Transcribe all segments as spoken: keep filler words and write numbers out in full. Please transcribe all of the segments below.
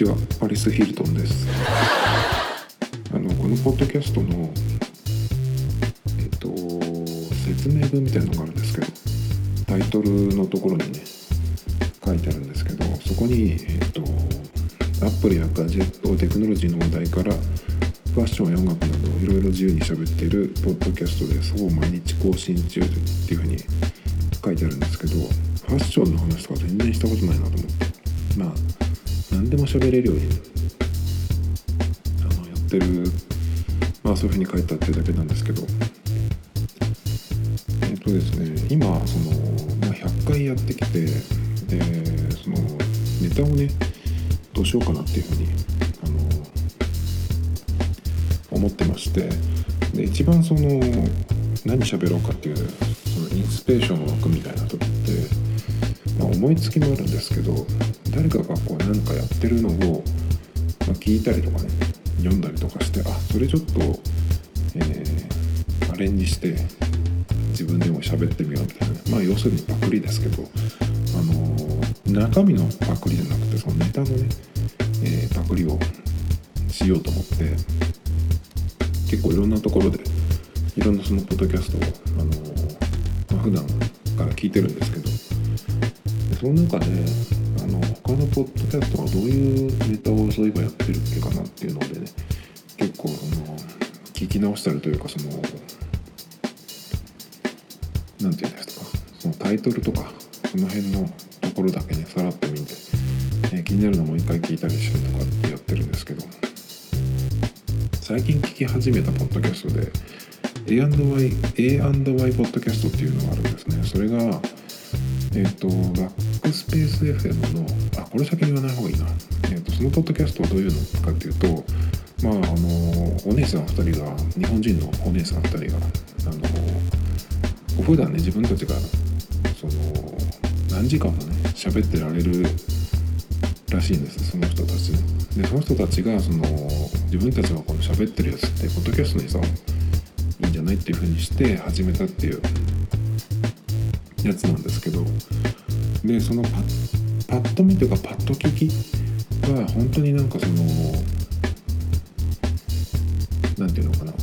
ちは、パリス・ヒルトンです。あのこのポッドキャストのえっと説明文みたいなのがあるんですけど、タイトルのところにね書いてあるんですけど、そこにえっとアップルやガジェット、テクノロジーの話題からファッションや音楽などいろいろ自由に喋っているポッドキャストです。ほぼ毎日更新中っていうふうに書いてあるんですけど、ファッションの話とか全然したことないなと思って、まあ何でも喋れるようにあのやってる、まあそういうふうに書いてあってるだけなんですけど、えっとですね今その、まあ、ひゃっかいやってきて、でそのネタをねどうしようかなっていうふうにあの思ってまして、で一番その何喋ろうかっていうそのインスピレーションの枠みたいな時って、まあ、思いつきもあるんですけど、誰かがこう何かやってるのを、まあ、聞いたりとかね読んだりとかして、あそれちょっと、えー、アレンジして自分でも喋ってみようみたいな、まあ要するにパクリですけど、あのー、中身のパクリじゃなくてそのネタのね、えー、パクリをしようと思って、結構いろんなところでいろんなそのポッドキャストを、あのーまあ、普段から聞いてるんですけど、その中であの他のポッドキャストがどういうネタをそういえばやってるっけかなっていうのでね、結構その聞き直したりというか、そのなんていうんですか、そのタイトルとかその辺のところだけねさらっと見て、えー、気になるのもう一回聞いたりしたりとかってやってるんですけど、最近聞き始めたポッドキャストで エーアンドワイ エーアンドワイ ポッドキャストっていうのがあるんですね。それがえっ、ー、とバックスペース エフエム のあこれ先に言わない方がいいな、えー、とそのポッドキャストはどういうのかっていうと、まああのお姉さんふたりが、日本人のお姉さんふたりがあの普段ね自分たちがその何時間もね喋ってられるらしいんです、その人たちで。その人たちがその自分たちがこの喋ってるやつってポッドキャストにさいいんじゃないっていう風にして始めたっていうやつなんですけど、でそのパッ、パッと見というかパッと聞きは本当になんかそのなんていうのかな、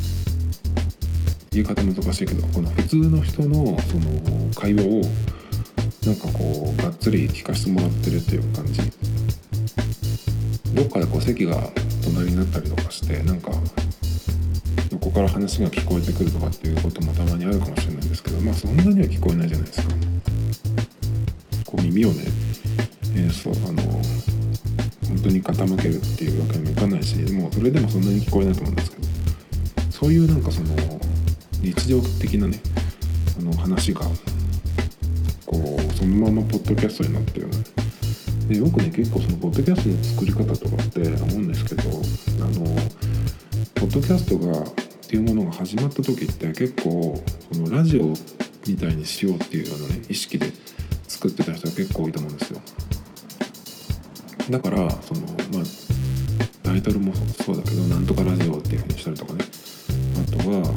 言い方難しいけど、この普通の人のその会話をなんかこうがっつり聞かせてもらってるっていう感じ。どっかでこう席が隣になったりとかして、なんか横から話が聞こえてくるとかっていうこともたまにあるかもしれないんですけど、まあそんなには聞こえないじゃないですか。こう耳をね、えー、そうあの本当に傾けるっていうわけにもいかないし、もうそれでもそんなに聞こえないと思うんですけど、そういうなんかその日常的なねあの話がこうそのままポッドキャストになってるで、よくね結構そのポッドキャストの作り方とかって思うんですけど、あのポッドキャストがっていうものが始まった時って結構そのラジオみたいにしようっていうようなね意識で作ってた人が結構多いと思うんですよ。だからそのまあタイトルもそうだけど、なんとかラジオっていう風にしたりとかね、あとはその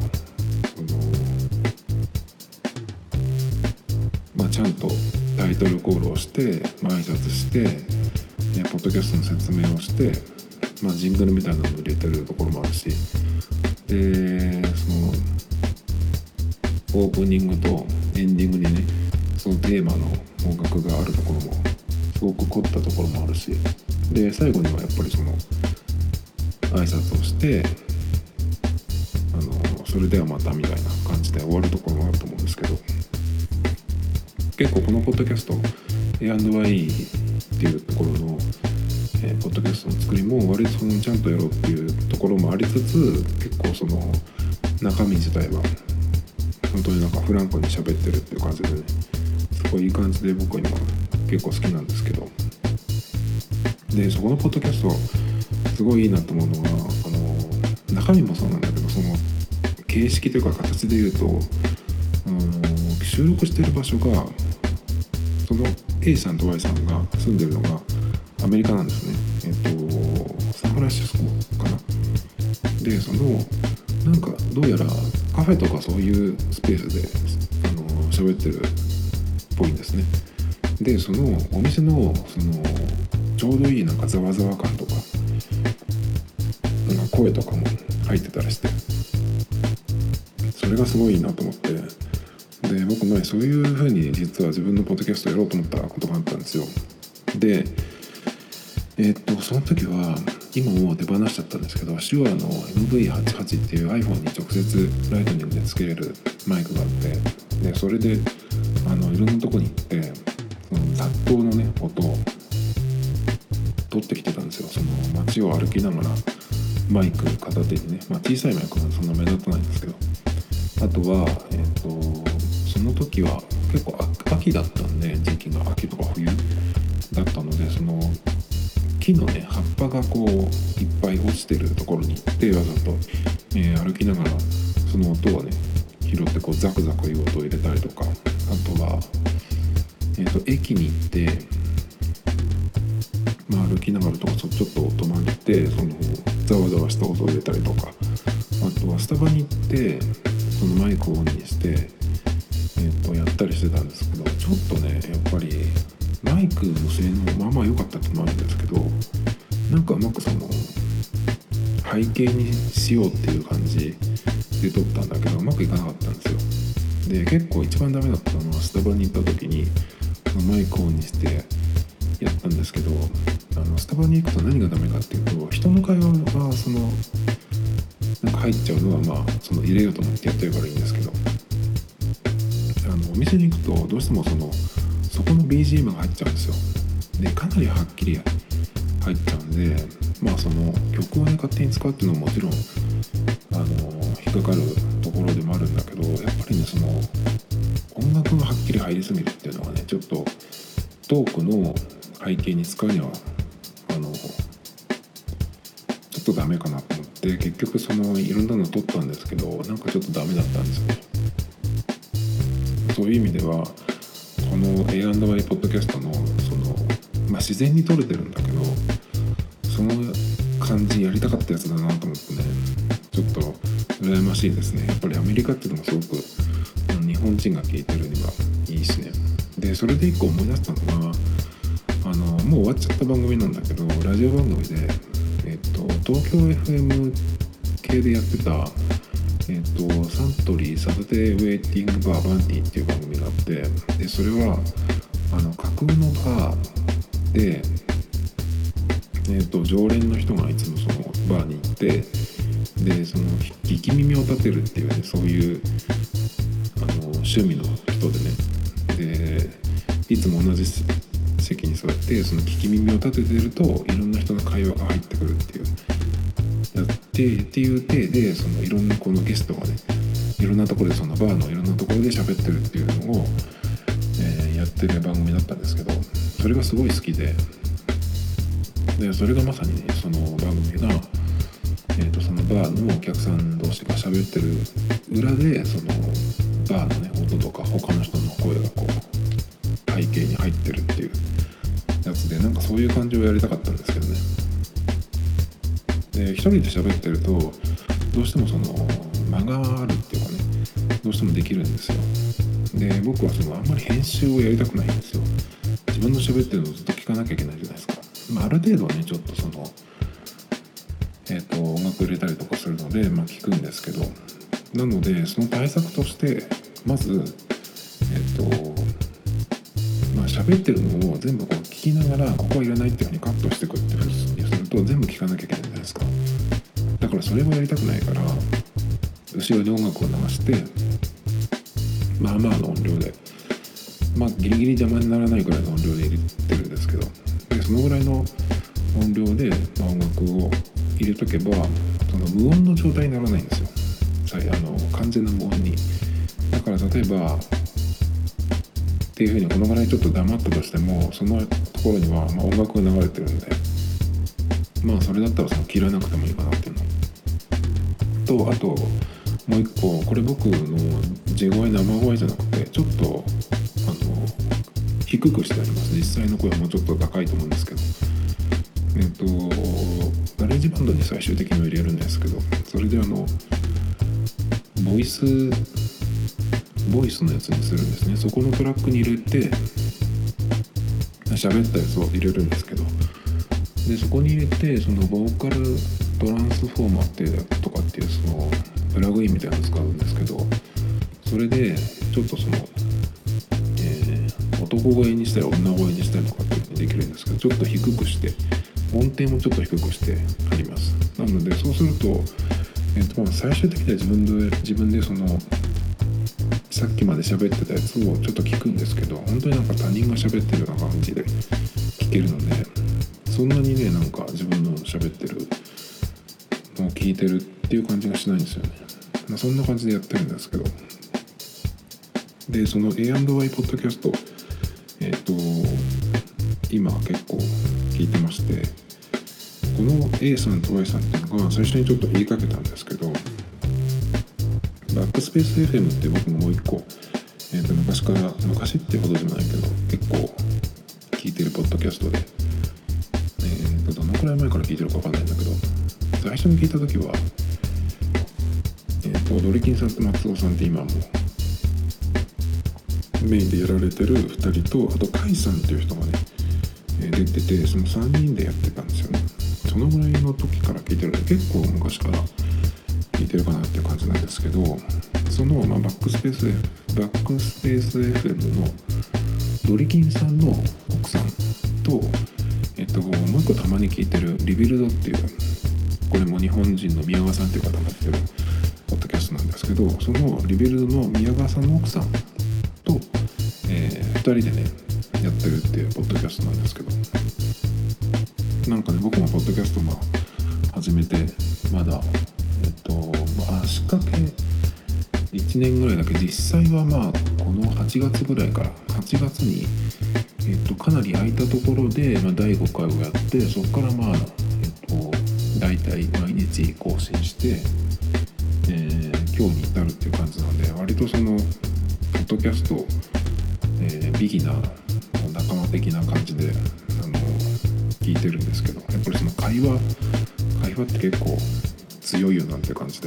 まあちゃんとタイトルコールをして、まあ、挨拶して、ね、ポッドキャストの説明をして、まあ、ジングルみたいなのを入れてるところもあるし、でそのオープニングとエンディングにねそのテーマの音楽があるところもすごく凝ったところもあるし、で最後にはやっぱりその挨拶をしてあのそれではまたみたいな感じで終わるところもあると思うんですけど、結構このポッドキャスト エーアンドワイ っていうところの、えー、ポッドキャストの作りも割とそのちゃんとやろうっていうところもありつつ、結構その中身自体は本当になんかフランクに喋ってるっていう感じでね、すごいいい感じで僕は今結構好きなんですけど、でそこのポッドキャストすごいいいなと思うのは、あの中身もそうなんだけど、その形式というか形で言うと、あの収録してる場所がその A さんと Y さんが住んでるのがアメリカなんですね。えっとサンフランシスコかな。でそのなんかどうやらカフェとかそういうスペースであの喋ってるっぽいんですね。でそのお店のそのちょうどいいなんかざわざわ感とか、なんか声とかも入ってたりして、それがすごいなと思って。で僕前そういう風に実は自分のポッドキャストやろうと思ったことがあったんですよ。でえー、っとその時は今もう手放しちゃったんですけど、手話の エムブイはちじゅうはち っていう iPhone に直接ライトニングでつけれるマイクがあって、でそれであのいろんなとこに行ってその雑踏のね音を取ってきてたんですよ。その街を歩きながらマイク片手にね、まあ、小さいマイクはそんな目立たないんですけど、あとはえー、っとその時は結構秋だったんで、時期が秋とか冬だったので、その木のね葉っぱがこういっぱい落ちてるところに行ってわざと、えー、歩きながらその音をね拾ってこうザクザクいう音を入れたりとか、あとは、えー、と駅に行って、まあ、歩きながらとかちょっと止まってそのざわざわした音を入れたりとか、あとはスタバに行ってそのマイクをオンにして、えー、とやったりしてたんですけど、ちょっとねやっぱりマイクの性能まあまあ良かったってのもあるんですけど、なんかうまくその背景にしようっていう感じで撮ったんだけどうまくいかなかったんですよ。で結構一番ダメだったのはスタバに行った時にマイクをオンにしてやったんですけど、あのスタバに行くと何がダメかっていうと、人の会話がそのなんか入っちゃうのはまあその入れようと思ってやってればいいんですけど、あのお店に行くとどうしてもそのそこの ビージーエム が入っちゃうんですよ。でかなりはっきり入っちゃうんで、まあその曲をね勝手に使うっていうのももちろんあの引っかかるところでもあるんだけど、やっぱりねその音楽がはっきり入りすぎるっていうのがねちょっとトークの背景に使うにはあのちょっとダメかなと思って、結局そのいろんなの撮ったんですけどなんかちょっとダメだったんですよね。そういう意味ではこの エーアンドワイ ポッドキャストのその、まあ、自然に撮れてるんだけどその感じやりたかったやつだなと思ってね、ちょっと羨ましいですね。やっぱりアメリカっていうのもすごく日本人が聞いてるにはいいしね。でそれで一個思い出したのがあのもう終わっちゃった番組なんだけど、ラジオ番組で、えっと、東京 エフエム 系でやってたえー、とサントリーサタデーウェイティングバーバンティっていう番組があって、でそれはあの架空のバーで、えー、と常連の人がいつもそのバーに行って、でその聞き耳を立てるっていうね、そういうあの趣味の人でね、でいつも同じ席に座ってその聞き耳を立ててるといろんな人の会話が入ってくるっていうやってっていう体で、そのいろんなこのゲストがねいろんなところでそのバーのいろんなところで喋ってるっていうのを、えー、やってる番組だったんですけど、それがすごい好きで、でそれがまさにねその番組が、えー、とそのバーのお客さん同士が喋ってる裏でそのバーのね音とか他の人の声がこう背景に入ってるっていうやつで、なんかそういう感じをやりたかったんですけどね。で一人で喋ってるとどうしてもその間があるっていうかね、どうしてもできるんですよ。で僕はそのあんまり編集をやりたくないんですよ。自分の喋ってるのをずっと聞かなきゃいけないじゃないですか。まあ、ある程度はねちょっとそのえっ、ー、と音楽入れたりとかするのでまあ聞くんですけど、なのでその対策としてまずえっ、ー、とまあ喋ってるのを全部こう聞きながらここはいらないっていうふうにカットしていくっていうふうにすると全部聞かなきゃいけないじゃないですか。だからそれをやりたくないから後ろで音楽を流してまあまあの音量で、まあギリギリ邪魔にならないくらいの音量で入れてるんですけど、でそのぐらいの音量で、まあ、音楽を入れとけばその無音の状態にならないんですよ。あの完全な無音に。だから例えばっていうふうにこのぐらいちょっと黙ったとしてもそのところにはまあ音楽が流れてるんで、まあそれだったらその切らなくてもいいかなっていうのと、あともう一個これ僕の地声生声じゃなくてちょっとあの低くしてあります。実際の声はもうちょっと高いと思うんですけど、えっとガレージバンドに最終的には入れるんですけど、それであのボイスボイスのやつにするんですね。そこのトラックに入れて喋ったやつを入れるんですけど、 でそこに入れてそのボーカルトランスフォーマーってとかっていうそのプラグインみたいなのを使うんですけど、それでちょっとその、えー、男声にしたり女声にしたりとかってできるんですけど、ちょっと低くして音程もちょっと低くしてあります。なのでそうすると、えーとまあ、最終的には自分で自分でそのさっきまで喋ってたやつをちょっと聞くんですけど、本当になんか他人が喋ってるような感じで聞けるので、そんなにねなんか自分の喋ってるのを聞いてるっていう感じがしないんですよね。まあ、そんな感じでやってるんですけど、でその エーアンドワイ ポッドキャストえっ、ー、と今結構聞いてまして、この A さんと Y さんっていうのが最初にちょっと言いかけたんですけど、バックスペース エフエム って僕ももう一個、えー、と昔から昔ってほどじゃないけど結構聞いてるポッドキャストで、えー、とどのくらい前から聞いてるか分かんないんだけど、最初に聞いた時は、えー、とドリキンさんと松尾さんって今もメインでやられてるふたりと、あとカイさんっていう人がね出てて、そのさんにんでやってたんですよね。そのぐらいの時から聞いてるので結構昔から聞いてるかなっていう感じなんですけど、その、まあ、バックスペースバックスペース エフエム のドリキンさんの奥さんと、えっと、もう一個たまに聞いてるリビルドっていう、これも日本人の宮川さんっていう方がやってるポッドキャストなんですけど、そのリビルドの宮川さんの奥さんと、えー、ふたりでねやってるっていうポッドキャストなんですけど、なんかね僕もポッドキャストまあ始めてまだえっとまあ足掛けいちねんぐらいだけ、実際はまあこのはちがつぐらいからはちがつにえっとかなり空いたところで、まあ、だいごかいをやって、そこからまあえっとだいたい毎日更新して、えー、今日に至るっていう感じなので、割とそのポッドキャスト、えー、ビギナー仲間的な感じであの聞いてるんですけど、やっぱりその会話会話って結構強いよなんて感じで、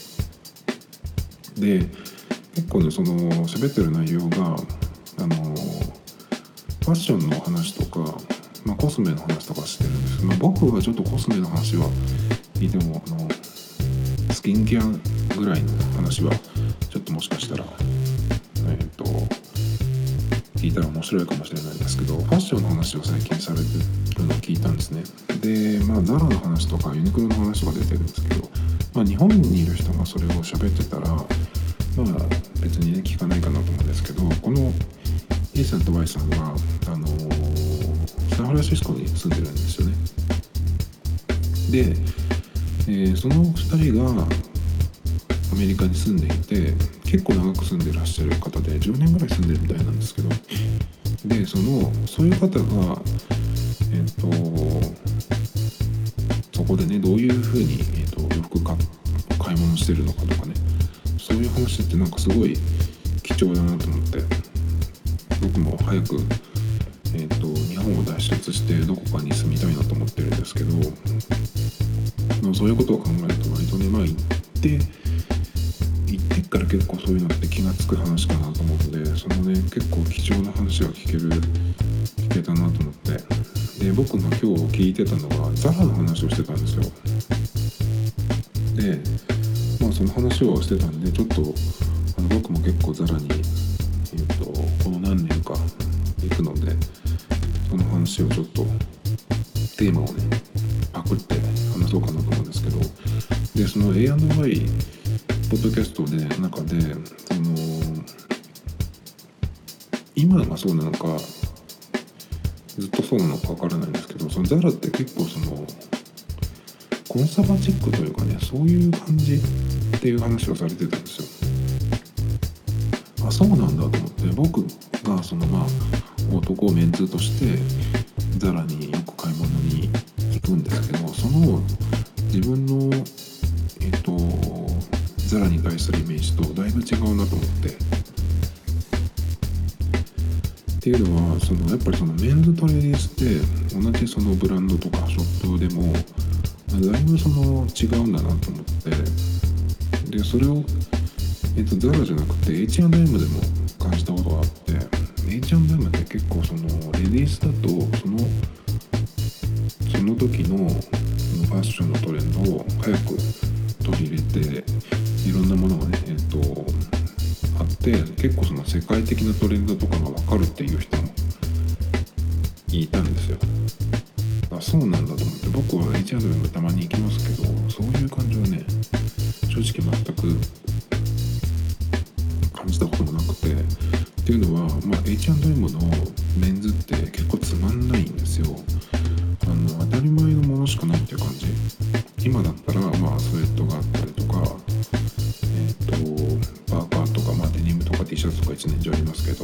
で結構ねその喋ってる内容があのファッションの話とか、まあ、コスメの話とかしてるんですけど、まあ、僕はちょっとコスメの話は聞いてもあのスキンケアぐらいの話はちょっともしかしたらえっと聞いたら面白いかもしれないんですけど、ファッションの話を最近されてるのを聞いたんですね。でまあザラの話とかユニクロの話とか出てるんですけど、まあ、日本にいる人がそれを喋ってたらまあ別にね聞かないかなと思うんですけど、この A さんと Y さんはあのー、サンフランシスコに住んでるんですよね。で、えー、そのふたりがアメリカに住んでいて、結構長く住んでらっしゃる方でじゅうねんぐらい住んでるみたいなんですけど、でそのそういう方がえっ、ー、とそこでねどういうふうに、えー、と洋服か買い物してるのかとかね、そういう話ってなんかすごい貴重だなと思って、僕も早く、えー、と日本を脱出してどこかに住みたいなと思ってるんですけど、そういうことを考えると割とねまあ行って行ってから結構そういうのって気がつく話かなと思うので、そのね結構貴重な話が聞ける聞けたなと思って、で僕が今日聞いてたのがザラの話をしてたんですよ。でまあその話をしてたんで、ちょっとあの僕も結構ザラに、えー、とこの何年か行くので、その話をちょっとテーマをねパクって話そうかなと思うんですけど、でその エーアンドワイ ポッドキャストで中でその今がそうなのかずっとそうなのかわからないんですけど、そのザラって結構そのコンサバチックというかね、そういう感じっていう話をされてたんですよ。あ、そうなんだと思って、僕がそのまあ男をメンツとしてザラによく買い物に行くんですけど、その自分のえっとザラに対するイメージとだいぶ違うなと思って、っていうのはそのやっぱりそのメンズとレディースって同じそのブランドとかショップでもだいぶその違うんだなと思って、でそれを、えっと、ザラじゃなくて エイチアンドエム でも感じたことがあって、 エイチアンドエム って結構そのレディースだとそのその時のファッションのトレンドを早く取り入れていろんなものがね、えっとあって結構その世界的なトレンドとかが分かるっていう人もいたんですよ。あ、そうなんだと思って、僕は エイチアンドエム もたまに行きますけど、そういう感じはね正直全く感じたこともなくて、っていうのは、まあ、エイチアンドエム のメンズって結構つまんないんですよ。あの当たり前のものしかないっていう感じ。今だったらまあスウェットがあったりとか、えっとパーカーとか、まあ、デニムとか T シャツとか一年中ありますけど、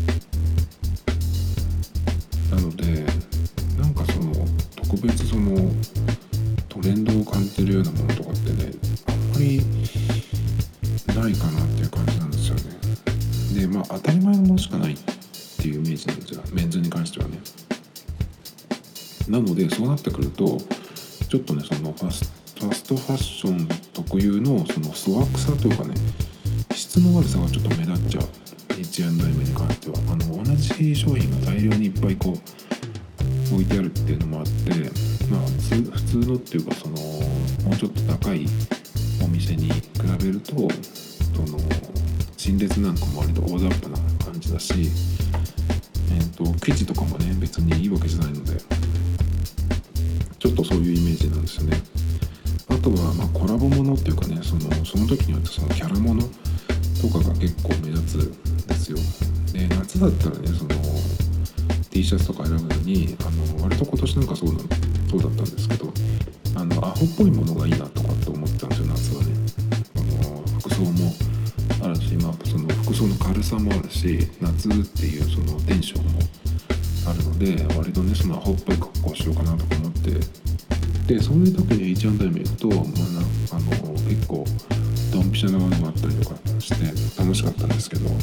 なのでなんかその特別そのトレンドを感じるようなものとかってね、あんまりないかなっていう感じなんですよね。で、まあ当たり前のものしかないっていうイメージなんですよ、メンズに関してはね。なのでそうなってくるとちょっとね、そのファスファストファッション特有のその粗悪さというかね、質の悪さがちょっと目立っちゃう。 エイチアンドエム に関してはあの同じ商品が大量にいっぱいこう置いてあるっていうのもあって、まあ普通普通のっていうか、そのもうちょっと高いお店に比べるとその陳列なんかも割と大雑把な感じだし、えーと生地とかもね別にいいわけじゃないので、ちょっとそういうイメージなんですよね。あとはまあコラボものっていうかね、そのその時によってそのキャラものとかが結構目立つんですよ。で、夏だったらね、その T シャツとか選ぶのにあの割と今年なんかそうなそうだったんですけど、あのアホっぽいものがいいなとかって思ってたんですよ、夏はね。あの服装もあるし、まあ、その服装の軽さもあるし、夏っていうそのテンションもあるので、割とねそのアホっぽい格好をしようかなとか思って、でそういう時に エイチアンドエム 行くと、まあ、あの結構ドンピシャなものがあったりとかして楽しかったんですけど、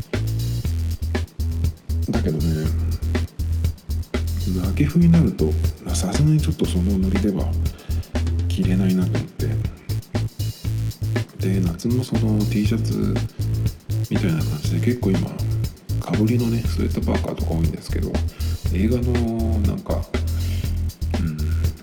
だけどね秋冬になるとさすがにちょっとそのノリでは着れないなと思って、で夏のその T シャツみたいな感じで結構今かぶりのねスウェットパーカーとか多いんですけど、映画のなんか、うん、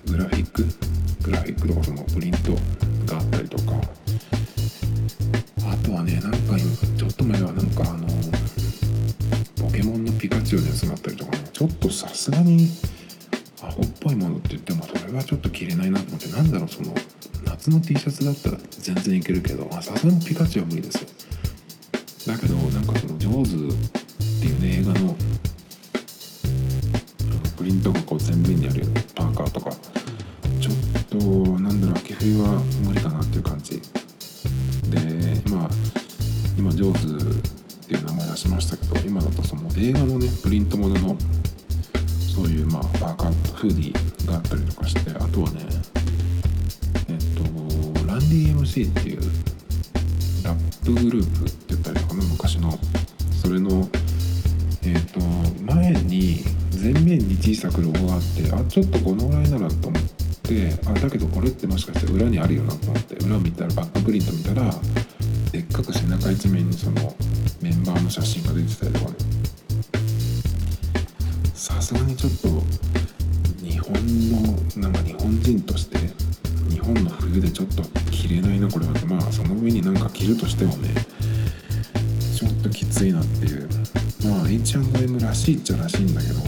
グラフィックグラフィックとかそのプリントがあったりとか、あとはねなんか今ちょっと前はなんかあのポケモンのピカチュウのやつがあったりとかね、ちょっとさすがにアホっぽいものって言ってもそれはちょっと着れないなと思って、なんだろう、その夏の T シャツだったら全然いけるけど、さすがにピカチュウは無理ですよ。だけどなんかそのジョーズっていうね映画のプリントがこう全面にあるようなパーカーとか、ちょっとなんだろう、秋冬は無理かなっていう感じで、まあ今ジョーズっていう名前出しましたけど、今だとその映画のねプリントもののそういうまあパーカーフーディーがあったりとかして、あとはねえっとランディー エムシー っていうラップグループって言ったりとかね、昔のそれのえっと前に前面に小さくロゴがあって、あちょっとこのぐらいならと思って、あだけどこれってもしかして裏にあるよなと思って裏を見たら、バックプリント見たらでっかく背中一面にそのメンバーの写真が出てたりとかね、さすがにちょっと日本のなんか日本人として日本の冬でちょっと着れないなこれは。まあその上になんか着るとしてもねちょっときついなっていう、まあ エイチアンドエム らしいっちゃらしいんだけど、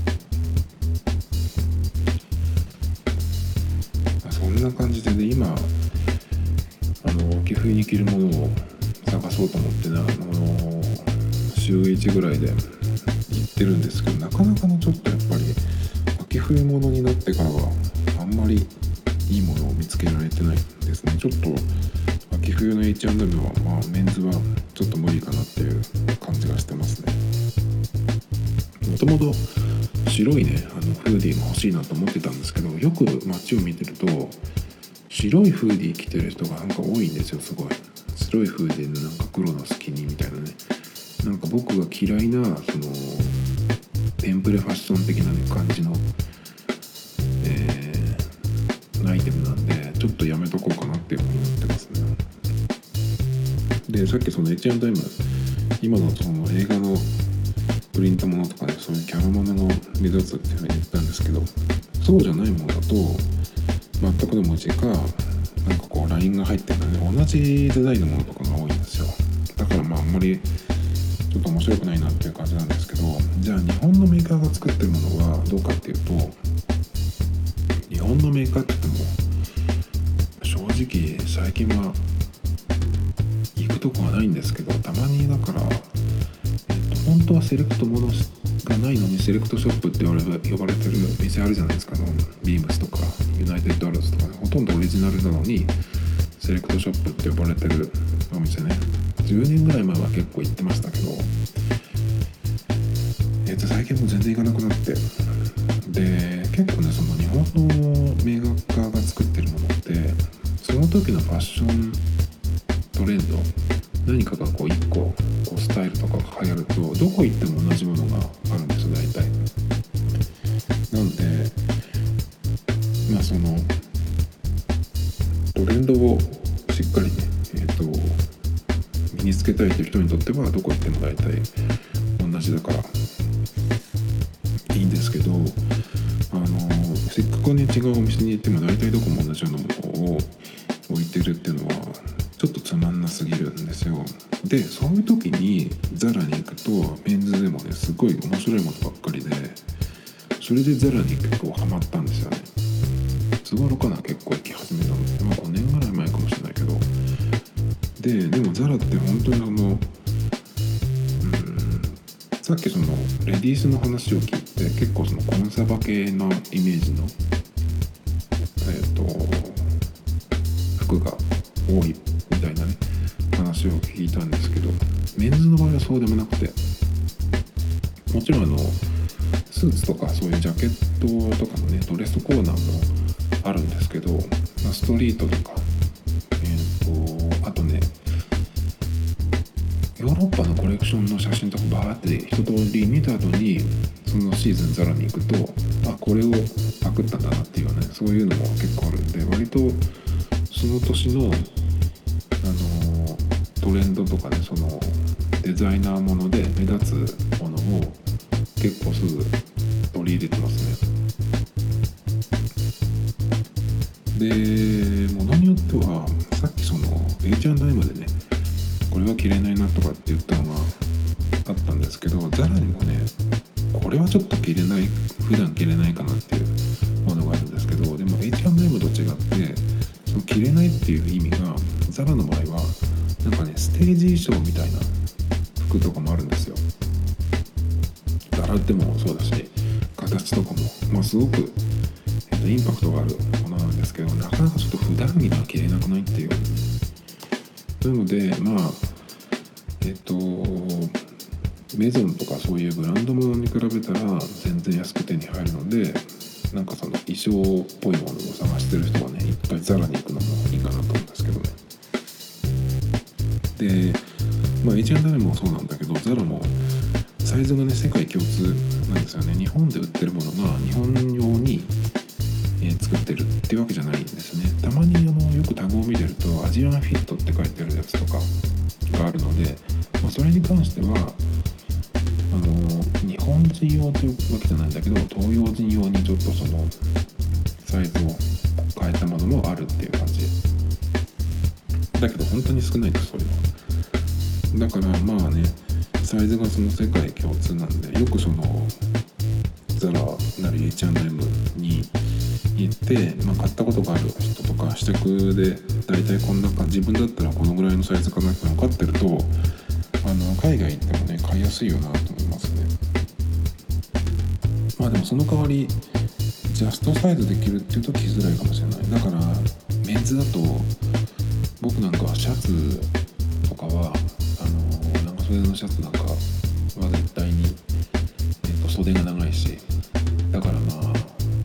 そんな感じでね今あの秋冬に着るものを探そうと思ってね、あの週いちぐらいで行ってるんですけど、なかなかねちょっとやっぱり秋冬物になってからはあんまりいいものを見つけられてないですね。ちょっと秋冬の エイチアンドエム は、まあ、メンズはちょっと無理かなっていう感じがしてますね。もともと白いねあのフーディーも欲しいなと思ってたんですけど、よく街を見てると白いフーディー着てる人がなんか多いんですよ。すごい白いフーディーのなんか黒のスキニーみたいなね、なんか僕が嫌いなそのテンプレファッション的な、ね、感じの、えー、アイテムなんでちょっとやめとこうかなっていうふうになってますね。でさっきその エイチアンドエム 今のその映画のプリントものとかね、そういうキャラものの目立つっていうふうに言ったんですけど、 そうじゃないものだと全くの文字かなんかこうラインが入ってるので同じデザインのものとかが多いんですよ。だからまああんまりちょっと面白くないなっていう感じなんですけど、じゃあ日本のメーカーが作ってるものはどうかっていうと、日本のメーカーって言っても正直最近は行くとこはないんですけど、たまにだから、えっと、本当はセレクトものがないのにセレクトショップって呼ばれ呼ばれてる店あるじゃないですか。のビームスとかユナイテッドアルツとか、ね、ほとんどオリジナルなのにセレクトショップって呼ばれてるお店ね、じゅうねんぐらい前は結構行ってましたけど、えっと最近もう全然行かなくなって、で結構ねその日本のメーカーが作ってるものってその時のファッショントレンド、何かがこういっここうスタイルとかが流行るとどこ行っても同じものがあるんですよ大体。なんでまあそのトレンドをしっかりねえっと身につけたいという人にとってはどこ行っても大体同じだからいいんですけど、あのせっかくね違うお店に行っても大体どこも同じようなものを置いてるっていうのはちょっとつまんなすぎるんですよ。でそういう時にザラに行くとメンズでもねすごい面白いものばっかりで、それでザラに結構ハマったんですよね。いつ頃かな、結構行き始めたので、まあ、ごねんぐらい前かもしれないけど、ででもザラって本当にあのうんさっきそのレディースの話を聞いて結構そのコンサバ系のイメージのえっと服が多いみたいなね話を聞いたんですけど、メンズの場合はそうでもなくて、もちろんあのスーツとかそういうジャケットとかのねドレスコーナーもあるんですけど、まあ、ストリートとかえっとあとねヨーロッパのコレクションの写真とかバーって一通り見た後にそのシーズンザラに行くと、あこれをパクったんだなっていうね、そういうのも結構あるんで、割とその年の、あのー、トレンドとかねそのデザイナーもので目立つものを結構すぐ取り入れてますね。でものによってはさっきその エイチアンドエム でねこれは着れないなとかって言ったのがあったんですけど、ザラにもねこれはちょっと着れない、普段着れないかなっていうものがあるんですけど、でも エイチアンドエム と違ってその着れないっていう意味がザラの場合はなんかねステージ衣装みたいな服とかもあるんですよ。ザラでもそうだし形とかも、まあ、すごく、えっと、インパクトがあるものなんですけど、なかなかちょっと普段着は着れなくないっていう。なのでまあえっとメゾンとかそういうブランド物に比べたら全然安く手に入るので、なんかその衣装っぽいものを探してる人はねいっぱいザラに行くのもいいかなと思うんですけどね。でまあ エイチアンドエム もそうなんだけど、ザラもサイズがね世界共通なんですよね。日本で売ってるものが日本用に、えー、作ってるっていうわけじゃないんですね。たまにあのよくタグを見てるとアジアンフィットって書いてあるやつとかがあるので、まあ、それに関してはあの日本人用というわけじゃないんだけど東洋人用にちょっとそのサイズを変えたものもあるっていう感じだけど、本当に少ないですそういうのだから。まあねサイズがその世界共通なんで、よくそのザラなり エイチアンドエム に行って、まあ、買ったことがある人とか試着で大体こんな感じ、自分だったらこのぐらいのサイズかなって分かってるとあの海外行ってもね買いやすいよなと思いますね。まあでもその代わりジャストサイズで着るっていうと着づらいかもしれない。だからメンズだと僕なんかはシャツとかはあの長袖のシャツなんかは絶対に、えーと、袖が長いし、だからまあ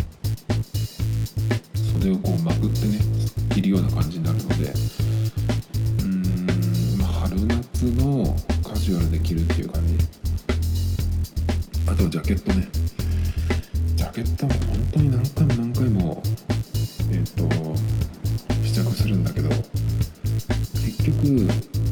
袖をこうまくってね着るような感じになるので、うーん、まあ、春夏のカジュアルで着るっていう感じ。あとジャケットね、ジャケットも本当に何回も何回もえっ、ー、と試着するんだけど、結局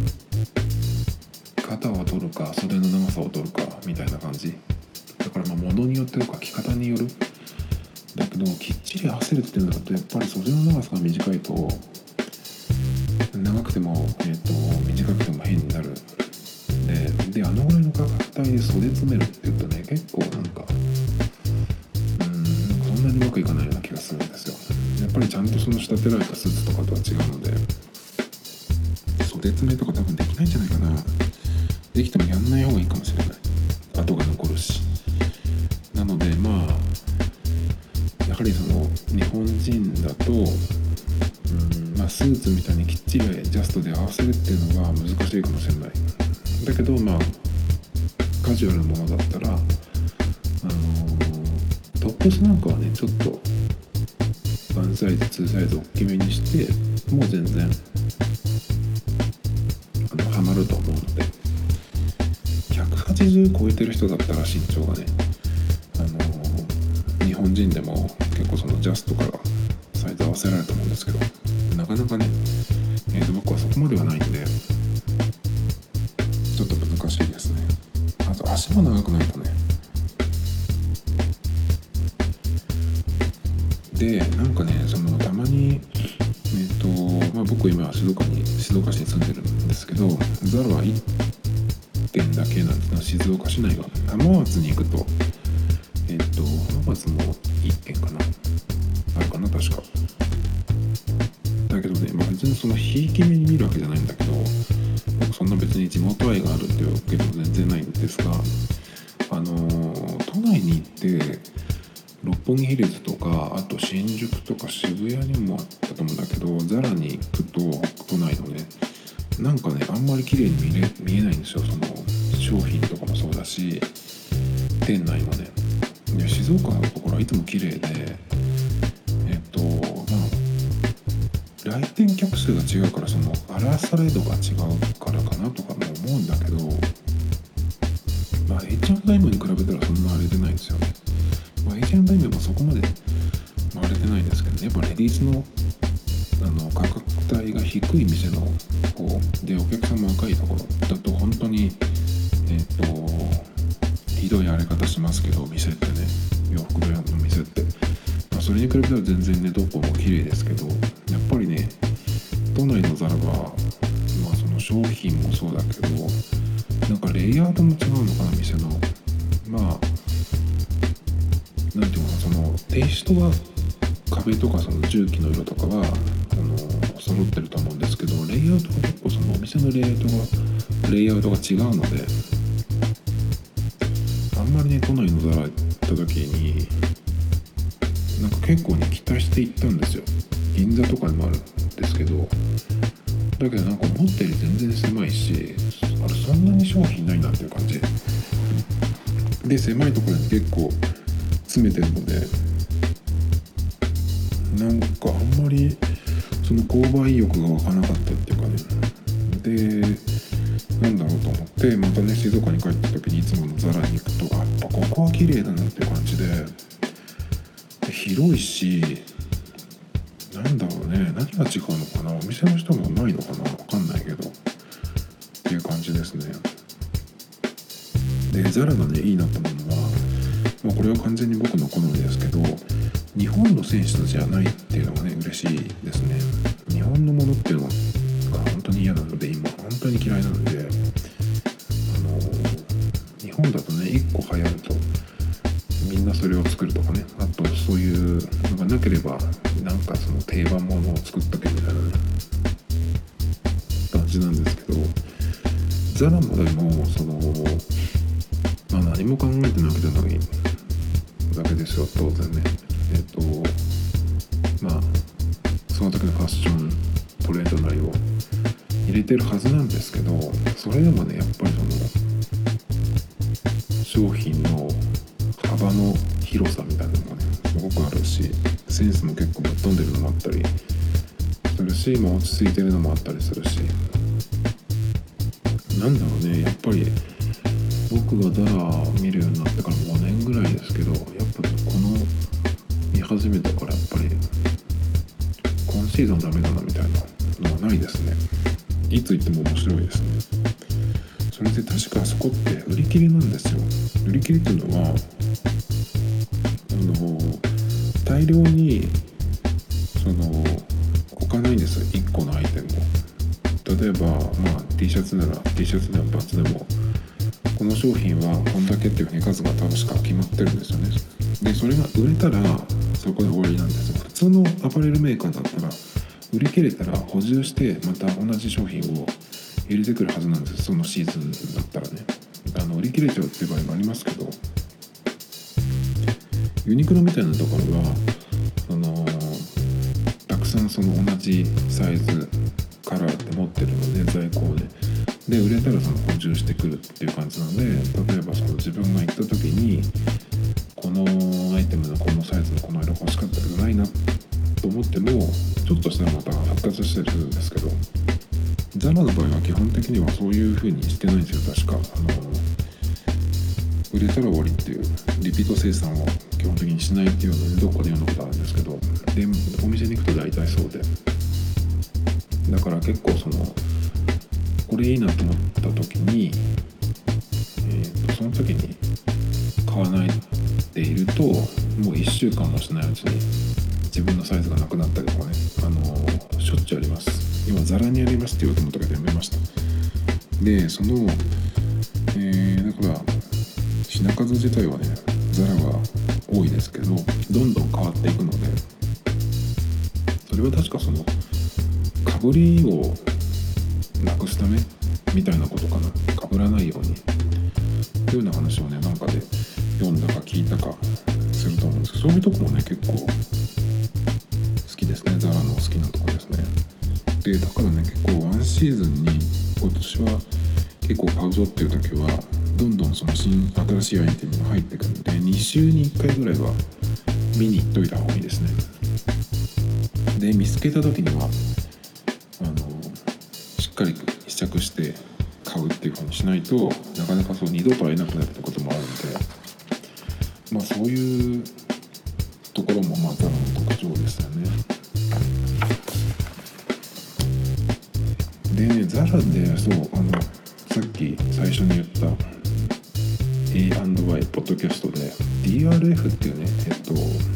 肩を取るか袖の長さを取るかみたいな感じだから、まあ物によってとか着方によるだけどきっちり合わせるっていうのだとやっぱり袖の長さが短いと長くても、えー、と短くても変になるで、であのぐらいの価格帯で袖詰めるっていうとね結構なんかうーんなんかそんなにうまくいかないような気がするんですよ。やっぱりちゃんとその仕立てられたスーツとかとは違うので袖詰めとか多分できないんじゃないかな。できてもやんない方がいいかもしれない。跡が残るし。なのでまあやはりその日本人だとうんまあスーツみたいにきっちりジャストで合わせるっていうのが難しいかもしれない。だけどまあカジュアルなものだったら、あのー、トップスなんかはねちょっとワンサイズツーサイズ大きめにしてもう全然あのハマると思うので、ひゃくはちじゅう超えてる人だったら身長がね、あのー、日本人でも結構そのジャストからサイズ合わせられると思うんですけど、なかなかね、えー、と僕はそこまではないんでちょっと難しいですね。あと足も長くないとね。でなんかねそのたまにえっ、ー、とまあ僕今静岡に静岡市に住んでるんですけど、ザラはいってんだけなんてのは静岡市内は浜松に行くとえっ、ー、と浜松もいってんかなあるかな確か。だけどね、まあ、別にそのひいき目に見るわけじゃないんだけど、僕そんな別に地元愛があるっていうわけでも全然ないんですが、あのー、都内に行って六本木ヒルズとかあと新宿とか渋谷にもあったと思うんだけど、ザラに行くと都内のねなんかねあんまり綺麗に見れ見えないんですよ。その商品とかもそうだし店内もね。で静岡のところはいつも綺麗でえっとまあ来店客数が違うからその荒され度が違うからかなとかも思うんだけど、まあ エイチアンドエム に比べたらそんな荒れてないんですよね。まあ、エイチアンドエム もそこまで荒れてないんですけどね、やっぱレディースのあの価格帯が低い店の方でお客さんも若いところだと本当にえっとひどい荒れ方しますけど、店ってね洋服屋の店って、まあ、それに比べたら全然ねどこも綺麗ですけど、やっぱりね都内のザラはまあその商品もそうだけどなんかレイアウトも違うのかな店の。まあなんていうのかな、そのテイストは壁とかその重機の色とかはあの揃ってると思うんですけど、レイアウトが結構そのお店のレイアウトがレイアウトが違うので、あんまりね都内のザラ行った時になんか結構ね期待して行ったんですよ。銀座とかにもあるんですけど、だけどなんか思ったより全然狭いし、あれそんなに商品ないなっていう感じで、狭いところに結構詰めてるのでなんかあんまりその購買意欲が湧かなかったっていうかね。でなんだろうと思ってまたね静岡に帰った時にいつものザラに行くとやっぱここは綺麗だなっていう感じで、で広いしなんだろうね、何が違うのかな、お店の人がうまいのかなわかんないけどっていう感じですね。でザラがねいいなと思うのは、まあ、これは完全に僕の好みですけど日本の選手たちじゃないっていうのがね嬉しいですね。日本のものっていうのが本当に嫌なので今本当に嫌いなので、あのー、日本だとねいっこ流行るとみんなそれを作るとかね、あとそういうのがなければなんかその定番ものを作っとけみたいなね感じなんですけど、ザラもでもそのまあ何も考えてなくてないだけですよ当然ね。えっとまあその時のファッショントレンドなりを入れてるはずなんですけど、それでもねやっぱりその商品の幅の広さみたいなのがねすごくあるし、センスも結構ぶっ飛んでるのもあったりするし、まあ、落ち着いてるのもあったりするし、なんだろうねやっぱり僕がザラ見るようになってからごねんぐらいですけど、やっぱこの見始めたからやっぱり今シーズンダメだなみたいなのはないですね。いつ行っても面白いですね。それで確かあそこって売り切れなんですよ。売り切れっていうのはあの大量にその置かないんですよ、いっこのアイテムを。例えば、まあ、T シャツなら T シャツでもバツでもこの商品はこんだけっていうふうに数が確か決まってるんですよね。でそれが売れたらそこで終わりなんですよ。普通のアパレルメーカーだったら売り切れたら補充してまた同じ商品を入れてくるはずなんですよ、そのシーズンだったらね。あの売り切れちゃうっていう場合もありますけど、ユニクロみたいなところはそのたくさんその同じサイズカラーって持ってるので在庫をね、で売れたらその補充してくるっていう感じなので、例えばその自分が行った時にこのアイテムのこのサイズのこの色欲しかったけどないなと思ってもちょっとしたらまた復活したりするんですけど、ザラの場合は基本的にはそういう風にしてないんですよ。確かあの売れたら終わりっていうリピート生産を基本的にしないっていうのでどこで読んだことあるんですけど、でお店に行くと大体そうで、だから結構そのこれいいなと思った時に、えー、とその時に買わないでいるともういっしゅうかんもしないうちに自分のサイズがなくなったりとかね、あのー、しょっちゅうあります。今ザラにありますって言おうと思ったけどやめました。でその、えー、だから品数自体はねザラが多いですけどどんどん変わっていくので、それは確かそのかぶりをなくすためみたいなことかな、かぶらないようにというような話をねなんかで読んだか聞いたかすると思うんですけど、そういうとこもね結構好きですね。ザラの好きなとこですね。でだからね結構ワンシーズンに今年は結構買うぞっていう時はどんどんその新新しいアイテムが入ってくるんでに週にいっかいぐらいは見に行っといた方がいいですね。で見つけた時にはあのしっかり試着して買うっていう風にしないとなかなかそう二度と会えなくなるってこともあるので、まあそういうところもまあザラの特徴ですよね。でねザラでそうあのさっき最初に言った エーアンドワイ ポッドキャストで ディーアールエフ っていうねえっと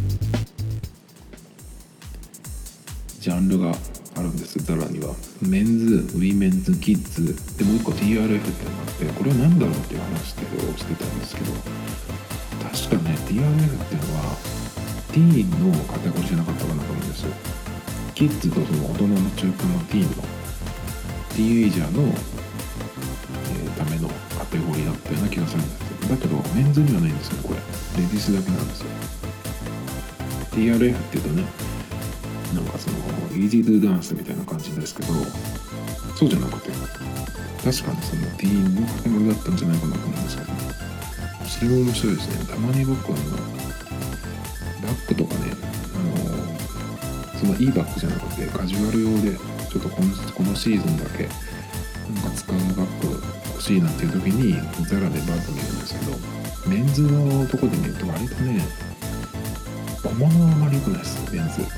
ジャンルがあるんです。ザラにはメンズ、ウィメンズ、キッズでもう一個 ティーアールエフ っていうのがあって、これは何だろうっていう話をしてたんですけど、確かね ティーアールエフ っていうのはティーンのカテゴリーじゃなかったかなと思うんですよ。キッズとその大人の中間のティーンのティーンエイジャーの、えー、ためのカテゴリーだったような気がするんですよ。だけどメンズにはないんですよね、これレディースだけなんですよ。 ティーアールエフ っていうとねなんかそのイージードゥダンスみたいな感じですけど、そうじゃなくて確かにそのティーンのカテゴリーだったんじゃないかなと思うんですけど、それも面白いですね。たまに僕はあのバッグとかね、あのそのいいバッグじゃなくてカジュアル用でちょっとこの、このシーズンだけなんか使うバッグ欲しいなっていう時にザラでバッグ見るんですけど、メンズのとこで見ると割とね小物はあまり良くないです、メンズ。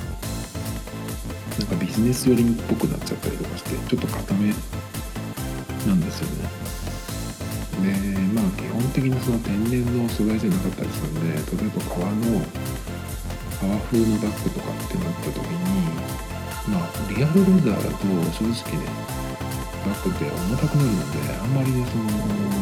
なんかビジネス寄りっぽくなっちゃったりとかしてちょっと固めなんですよね。でまあ基本的にその天然の素材じゃなかったりするんで、例えば革の革風のバッグとかってなった時にまあリアルレザーだと正直ねバッグって重たくなるのであんまりねその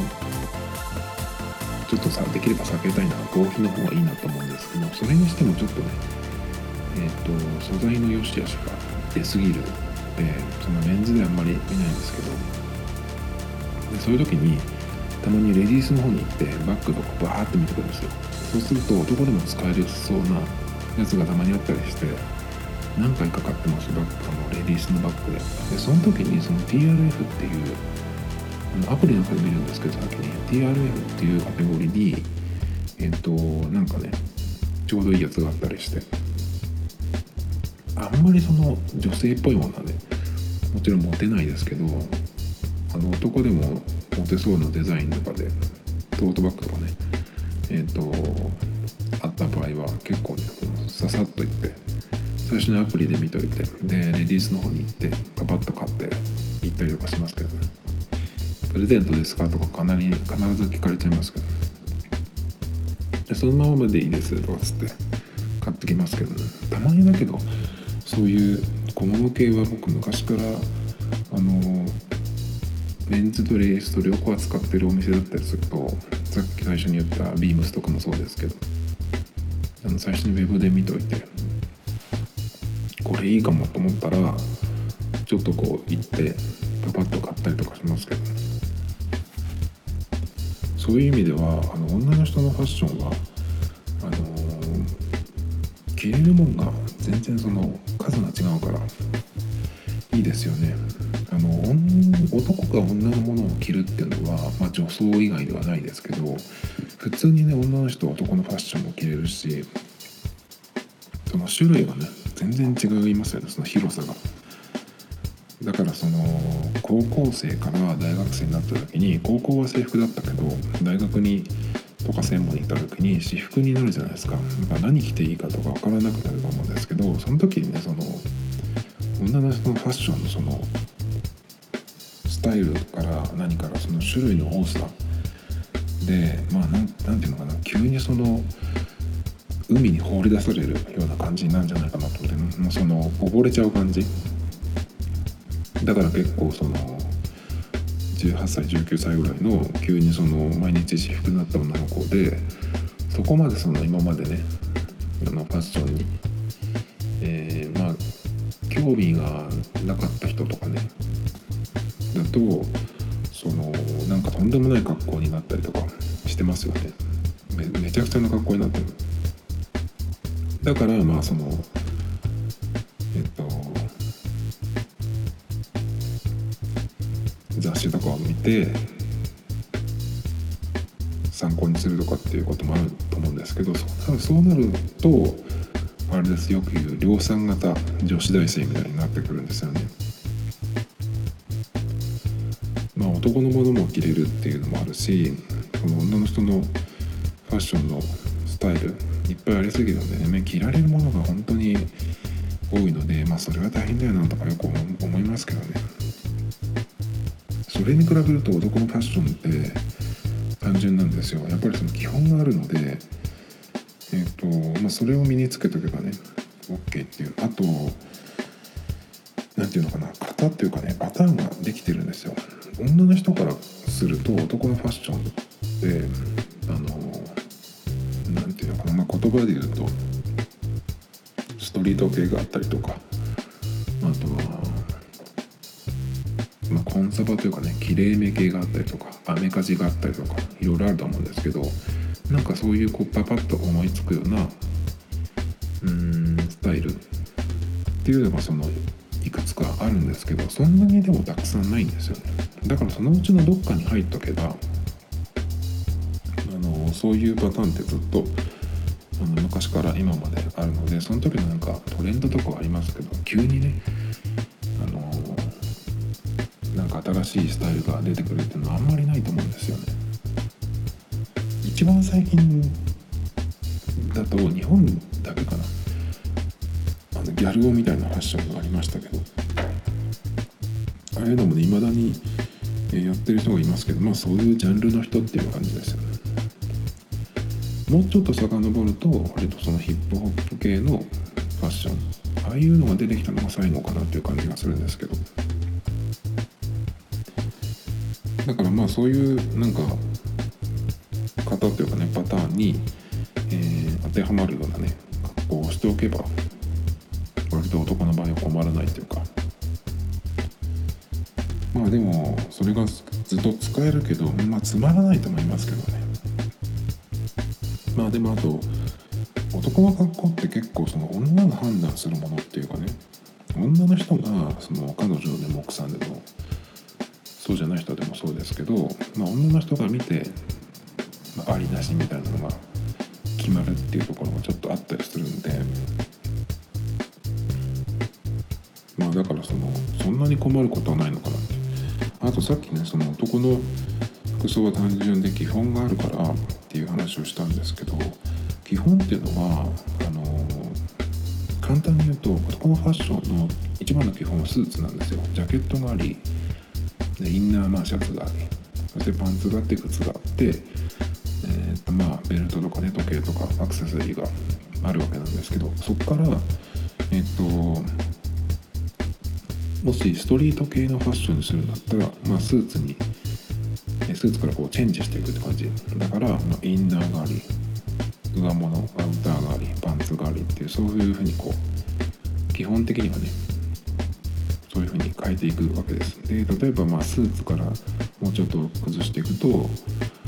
ちょっとさできれば避けたいな合皮の方がいいなと思うんですけど、それにしてもちょっとねえー、と素材の良し悪しが出すぎるでそのメンズではあんまり見ないんですけど、でそういう時にたまにレディースの方に行ってバッグとかバーって見てくるんですよ。そうすると男でも使えるそうなやつがたまにあったりして何回か買ってます、バッグあのレディースのバッグで。でその時にその ティーアールエフ っていうアプリの中で見るんですけど先に ティーアールエフ っていうカテゴリーにえっ、ー、となんかねちょうどいいやつがあったりして、あんまりその女性っぽいものはねもちろん持てないですけど、あの男でも持てそうなデザインとかでトートバッグとかねえっ、ー、とあった場合は結構ねささっといって最初のアプリで見といてでレディースの方に行ってパパッと買って行ったりとかしますけどね。プレゼントですかとかかなり必ず聞かれちゃいますけど、でそのままでいいですとかつって買ってきますけどね。たまにだけどそういう小物系は僕昔からあのメンズとレースと両方扱ってるお店だったりすると、さっき最初に言ったビームスとかもそうですけど、あの最初にウェブで見といてこれいいかもと思ったらちょっとこう行ってパパッと買ったりとかしますけど、ね、そういう意味ではあの女の人のファッションはあのー、着れるもんが全然その数が違うからいいですよね。あの男が女のものを着るっていうのは、まあ、女装以外ではないですけど、普通にね女の人は男のファッションも着れるし、その種類がね全然違いますよね、その広さが。だからその高校生から大学生になった時に、高校は制服だったけど大学にとか専門に行った時に私服になるじゃないですか。だから何着ていいかとか分からなくなると思うんですけど、その時にねその女の人のファッションのそのスタイルから何からその種類の多さで、まあなん、なんていうのかな、急にその海に放り出されるような感じになるんじゃないかなと思って、もうその溺れちゃう感じだから、結構そのじゅうはっさいじゅうきゅうさいぐらいの急にその毎日私服になった女の子で、そこまでその今までねあのファッションに、えー、まあ興味がなかった人とかねだと、そのなんかとんでもない格好になったりとかしてますよね。 め, めちゃくちゃな格好になってる。だからまあそのえっと雑誌とかを見て参考にするとかっていうこともあると思うんですけど、そうそうなるとあれです、よく言う量産型女子大生みたいになってくるんですよね。まあ男のものも着れるっていうのもあるし、この女の人のファッションのスタイルいっぱいありすぎるのでね、着られるものが本当に多いので、まあそれは大変だよなとかよく思いますけどね。それに比べると男のファッションって単純なんですよ。やっぱりその基本があるので、えーとまあ、それを身につけとけばね OK っていう。あとなんていうのかな、型っていうかね、パターンができてるんですよ。女の人からすると男のファッションってあのなんていうのかな、まあ、言葉で言うとストリート系があったりとか、あとは、まあ、コンサバというかね、きれいめ系があったりとか、アメカジがあったりとか、いろいろあると思うんですけど、なんかそういうこうパパッと思いつくようなうーんスタイルっていうのがそのいくつかあるんですけど、そんなにでもたくさんないんですよね。だからそのうちのどっかに入っとけば、あのそういうパターンってずっとあの昔から今まであるので、その時のなんかトレンドとかはありますけど、急にねあのなんか新しいスタイルが出てくるっていうのはあんまりないと思うんですよね。一番最近だと日本だけかな、あのギャル男みたいなファッションがありましたけど、ああいうのもね未だにやってる人がいますけど、まあそういうジャンルの人っていう感じですよね。もうちょっと遡ると割とそのヒップホップ系のファッション、ああいうのが出てきたのが最後かなっていう感じがするんですけど、だからまあそういうなんか型というかねパターンに、えー、当てはまるようなね格好をしておけば割と男の場合は困らないというか、まあでもそれがずっと使えるけど、まあつまらないと思いますけどね。まあでもあと男の格好って結構その女が判断するものっていうかね、女の人がその彼女でも奥さんでもそうじゃない人でもそうですけど、まあ、女の人が見て、まあ、ありなしみたいなのが決まるっていうところがちょっとあったりするんで、まあだからそのそんなに困ることはないのかなって。あとさっきねその男の服装は単純で基本があるからっていう話をしたんですけど、基本っていうのはあの簡単に言うと男のファッションの一番の基本はスーツなんですよ。ジャケットがあり、でインナーまあシャツがあり、そしてパンツがあって靴があって、えー、とまあベルトとかね時計とかアクセサリーがあるわけなんですけど、そこからえっともしストリート系のファッションにするんだったら、まあ、スーツにスーツからこうチェンジしていくって感じだから、まあ、インナーがあり上物アウターがありパンツがありっていう、そういうふうにこう基本的にはねそういうふうに変えていくわけです。で例えばまあスーツからもうちょっと崩していくと、うーん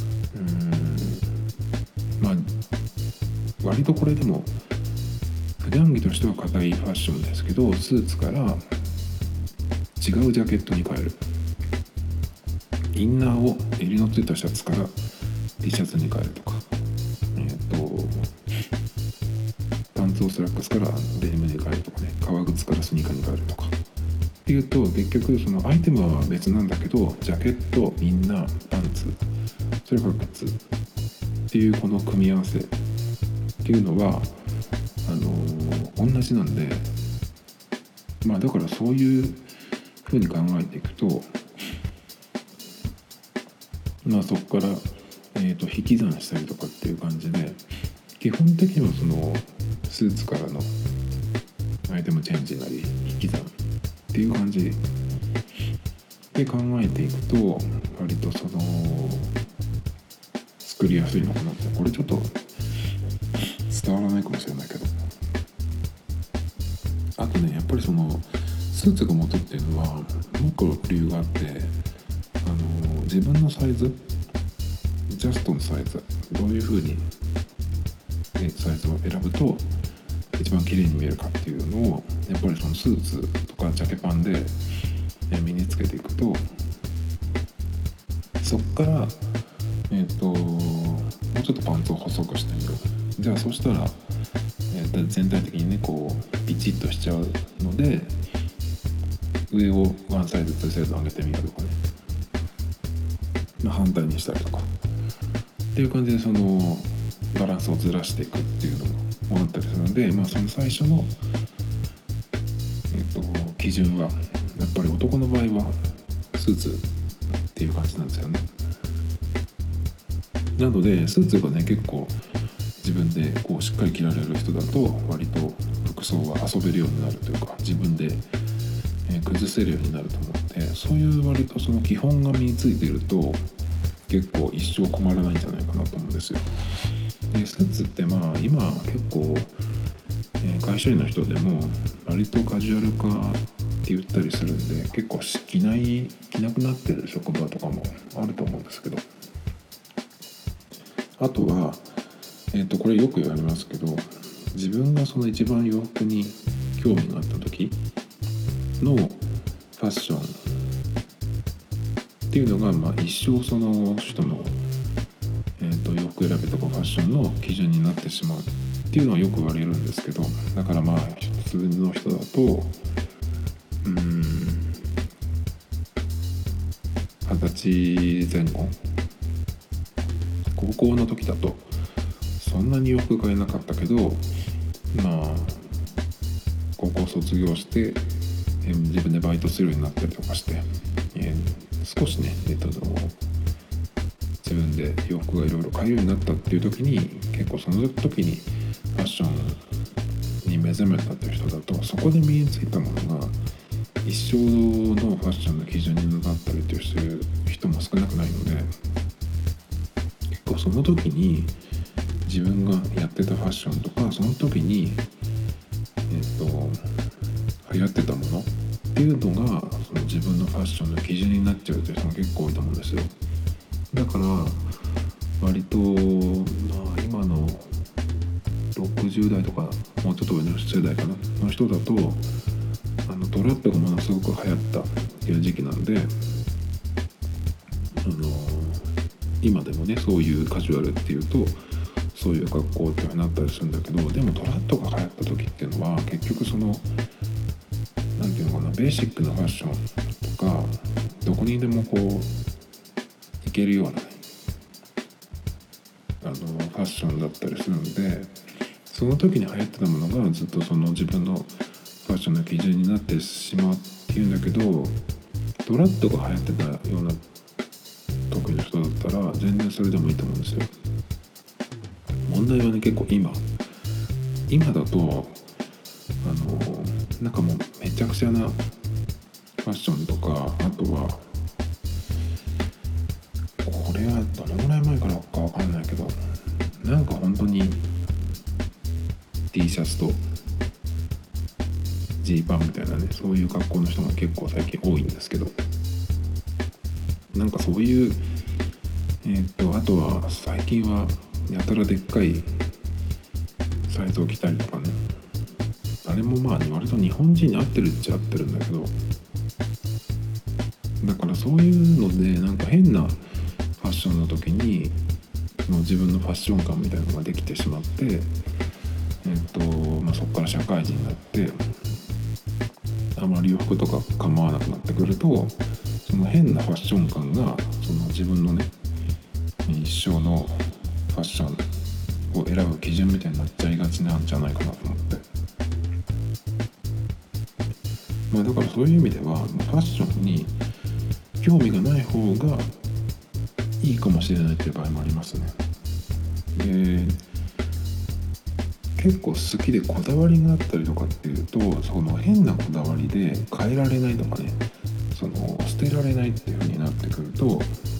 まあ割とこれでも普段着としては硬いファッションですけど、スーツから違うジャケットに変える、インナーを襟のついたシャツから T シャツに変えるとか、えっとパンツをスラックスからデニムに変えるとかね、革靴からスニーカーに変えるとかっていうと、結局そのアイテムは別なんだけど、ジャケット、インナー、パンツ、それから靴っていうこの組み合わせっていうのはあのー、同じなんで、まあだからそういうふうに考えていくと、まあそこから、えーと引き算したりとかっていう感じで、基本的にはそのスーツからのアイテムチェンジなり引き算っていう感じで考えていくと、割とその作りやすいのかなって。これちょっと伝わらないかもしれないけど、あとねやっぱりそのスーツが持つっていうのはもう一個理由があって、あの自分のサイズ、ジャストのサイズ、どういう風にサイズを選ぶと一番綺麗に見えるかっていうのを、やっぱりそのスーツとかジャケパンで身につけていくと、そっからえっともうちょっとパンツを細くしてみよう。じゃあそしたら、えー、全体的にねこうピチッとしちゃうので、上をワンサイズツーサイズ上げてみようとかね、まあ、反対にしたりとかっていう感じで、そのバランスをずらしていくっていうのもあったりするので、まあ、その最初の、えっと、基準はやっぱり男の場合はスーツっていう感じなんですよね。なのでスーツがね結構自分でこうしっかり着られる人だと、割と服装が遊べるようになるというか、自分で崩せるようになると思って、そういう割とその基本が身についていると結構一生困らないんじゃないかなと思うんですよ。でスーツってまあ今結構、えー、会社員の人でも割とカジュアル化って言ったりするんで、結構着ない着なくなってる職場とかもあると思うんですけど、あとは、えー、とこれよく言われますけど、自分がその一番洋服に興味があった時のファッションっていうのが、まあ、一生その人の、えー、と洋服選びとかファッションの基準になってしまうっていうのはよく言われるんですけど、だからまあ普通の人だとうーん二十歳前後、高校の時だとそんなに洋服買えなかったけど、まあ高校卒業して、えー、自分でバイトするようになったりとかして、えー、少しね、えー、と自分で洋服がいろいろ買えるようになったっていう時に、結構その時にファッションに目覚めたっていう人だと、そこで身についたものが一生のファッションの基準になったりっていう人も少なくないので、結構その時に自分がやってたファッションとか、その時にえっと流行ってたものっていうのがその自分のファッションの基準になっちゃうという人が結構多いと思うんですよ。だから割と、まあ、今のろくじゅう代とかもうちょっと上の世代かなの人だと、あのトラップがものすごく流行ったっていう時期なんで、あの今でもねそういうカジュアルっていうとそういう格好ってなったりするんだけど、でもトラットが流行った時っていうのは結局そのなんていうのかな、ベーシックなファッションとかどこにでもこういけるような、ね、あのファッションだったりするので、その時に流行ってたものがずっとその自分のファッションの基準になってしまうっていうんだけど、トラットが流行ってたような得意な人だったら全然それでもいいと思うんですよ。問題はね、結構今今だとあのなんかもうめちゃくちゃなファッションとか、あとはこれはどのぐらい前からかわかんないけど、なんか本当に T シャツとジーパンみたいなね、そういう格好の人が結構最近多いんですけど、なんかそういうえー、っとあとは最近はやたらでっかいサイズを着たりとかね、あれもまあ割と日本人に合ってるっちゃ合ってるんだけど、だからそういうのでなんか変なファッションの時にその自分のファッション感みたいなのができてしまって、えーっとまあ、そこから社会人になってあまり洋服とか構わなくなってくると、その変なファッション感がその自分のね一生のファッションを選ぶ基準みたいになっちゃいがちなんじゃないかなと思って、まあだからそういう意味ではファッションに興味がない方がいいかもしれないっていう場合もありますね。で結構好きでこだわりがあったりとかっていうと、その変なこだわりで変えられないとかね、その捨てられないっていう風になってくると、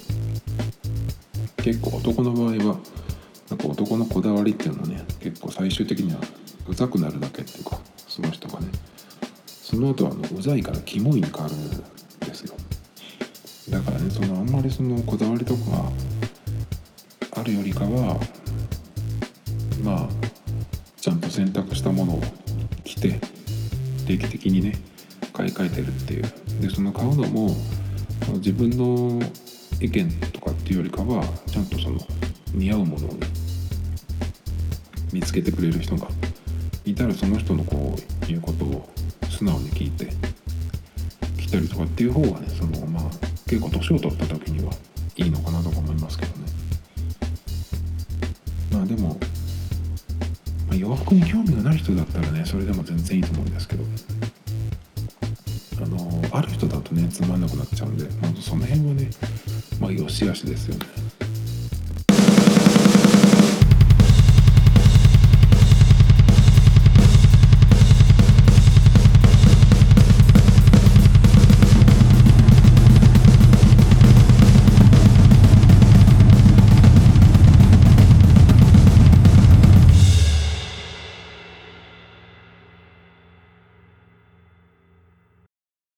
結構男の場合はなんか男のこだわりっていうのはね、結構最終的にはうざくなるだけっていうか、その人がねその後はあのうざいからキモいに変わるんですよ。だからね、そのあんまりそのこだわりとかあるよりかは、まあちゃんと選択したものを着て定期的にね買い替えてるっていう。でその買うのも自分の意見とかっていうよりかは、ちゃんとその似合うものをね見つけてくれる人がいたら、その人のこう言うことを素直に聞いて来たりとかっていう方がね、そのまあ結構年を取った時にはいいのかなとか思いますけどね。まあでも、まあ、洋服に興味がない人だったらねそれでも全然いいと思うんですけど、あのある人だとねつまんなくなっちゃうんで、まあ、その辺はねまあ良し悪しですよね。